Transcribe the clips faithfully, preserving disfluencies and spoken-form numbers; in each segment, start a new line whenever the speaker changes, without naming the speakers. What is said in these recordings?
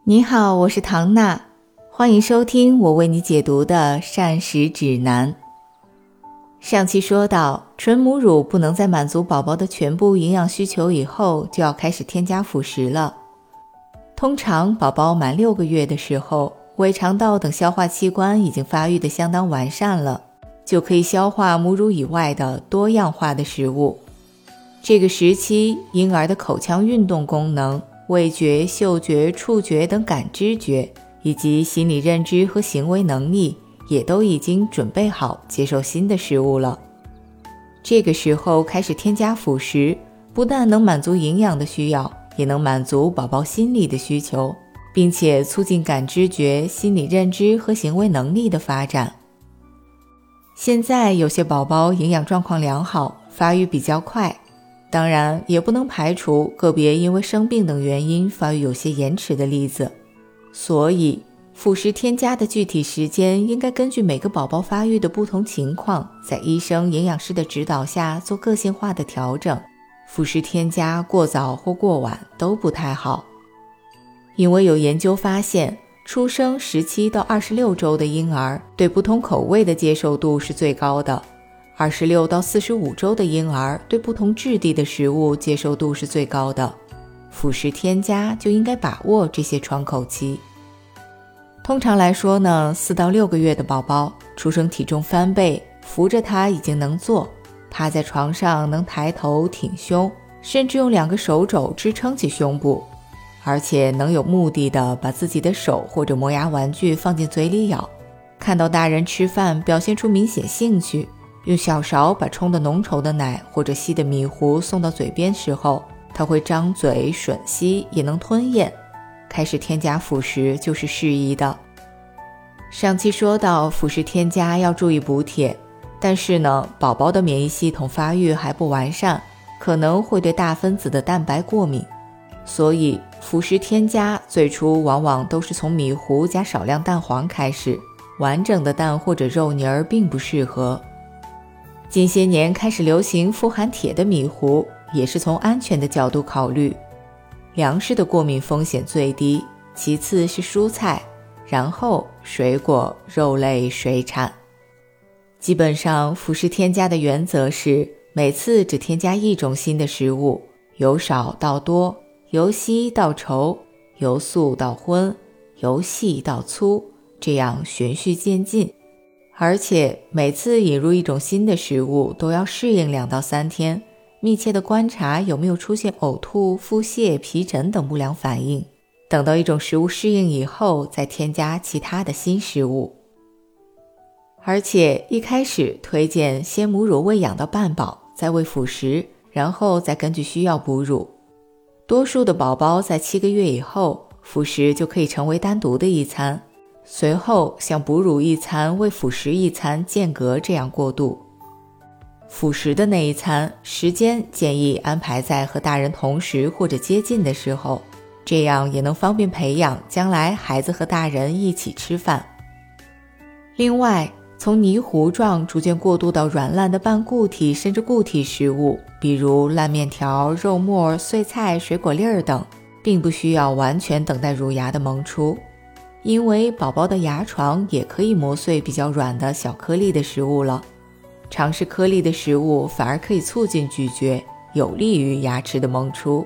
你好，我是唐娜，欢迎收听我为你解读的膳食指南。上期说到，纯母乳不能在满足宝宝的全部营养需求以后，就要开始添加辅食了。通常宝宝满六个月的时候，胃肠道等消化器官已经发育得相当完善了，就可以消化母乳以外的多样化的食物。这个时期，婴儿的口腔运动功能、味觉、嗅觉、触觉等感知觉，以及心理认知和行为能力，也都已经准备好接受新的食物了。这个时候开始添加辅食，不但能满足营养的需要，也能满足宝宝心理的需求，并且促进感知觉、心理认知和行为能力的发展。现在有些宝宝营养状况良好，发育比较快，当然也不能排除个别因为生病等原因发育有些延迟的例子，所以辅食添加的具体时间应该根据每个宝宝发育的不同情况，在医生营养师的指导下做个性化的调整。辅食添加过早或过晚都不太好，因为有研究发现，出生十七到二十六周的婴儿对不同口味的接受度是最高的，二十六到四十五周的婴儿对不同质地的食物接受度是最高的。辅食添加就应该把握这些窗口期。通常来说呢，四到六个月的宝宝出生体重翻倍，扶着他已经能坐，趴在床上能抬头挺胸，甚至用两个手肘支撑起胸部，而且能有目的的把自己的手或者磨牙玩具放进嘴里咬，看到大人吃饭表现出明显兴趣，用小勺把冲得浓稠的奶或者稀的米糊送到嘴边时候，他会张嘴吮吸，也能吞咽，开始添加辅食就是适宜的。上期说到辅食添加要注意补铁，但是呢，宝宝的免疫系统发育还不完善，可能会对大分子的蛋白过敏，所以辅食添加最初往往都是从米糊加少量蛋黄开始，完整的蛋或者肉泥儿并不适合。近些年开始流行富含铁的米糊，也是从安全的角度考虑。粮食的过敏风险最低，其次是蔬菜，然后水果、肉类、水产。基本上辅食添加的原则是每次只添加一种新的食物，由少到多，由稀到稠，由素到荤，由细到粗，这样循序渐进。而且每次引入一种新的食物都要适应两到三天，密切的观察有没有出现呕吐、腹泻、皮疹等不良反应。等到一种食物适应以后，再添加其他的新食物。而且一开始推荐先母乳喂养到半饱，再喂辅食，然后再根据需要哺乳。多数的宝宝在七个月以后，辅食就可以成为单独的一餐，随后像哺乳一餐、喂辅食一餐间隔这样过渡。辅食的那一餐时间建议安排在和大人同时或者接近的时候，这样也能方便培养将来孩子和大人一起吃饭。另外，从泥糊状逐渐过渡到软烂的半固体甚至固体食物，比如烂面条、肉末、碎菜、水果粒儿等，并不需要完全等待乳牙的萌出，因为宝宝的牙床也可以磨碎比较软的小颗粒的食物了。尝试颗粒的食物反而可以促进咀嚼，有利于牙齿的萌出。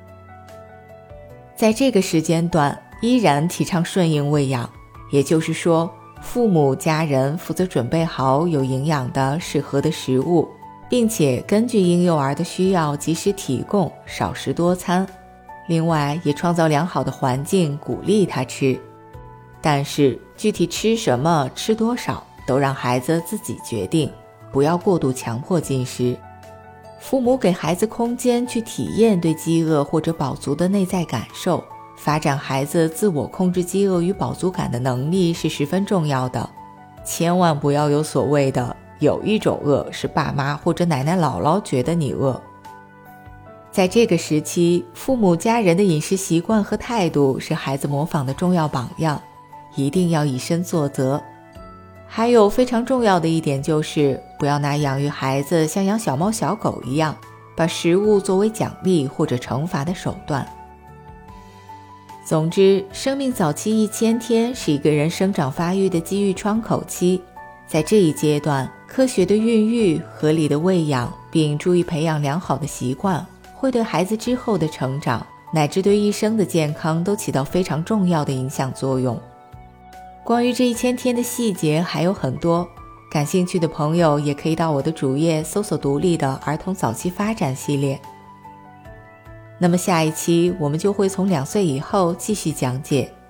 在这个时间段，依然提倡顺应喂养，也就是说，父母家人负责准备好有营养的适合的食物，并且根据婴幼儿的需要及时提供，少食多餐。另外也创造良好的环境，鼓励他吃。但是具体吃什么、吃多少，都让孩子自己决定，不要过度强迫进食。父母给孩子空间去体验对饥饿或者饱足的内在感受，发展孩子自我控制饥饿与饱足感的能力是十分重要的。千万不要有所谓的有一种饿是爸妈或者奶奶姥姥觉得你饿。在这个时期，父母家人的饮食习惯和态度是孩子模仿的重要榜样，一定要以身作则。还有非常重要的一点就是，不要拿养育孩子像养小猫小狗一样，把食物作为奖励或者惩罚的手段。 总之，生命早期一千天是一个人生长发育的机遇窗口期，在这一阶段，科学的孕育、合理的喂养，并注意培养良好的习惯，会对孩子之后的成长，乃至对一生的健康都起到非常重要的影响作用。关于这一千天的细节还有很多，感兴趣的朋友也可以到我的主页搜索独立的儿童早期发展系列。那么下一期我们就会从两岁以后继续讲解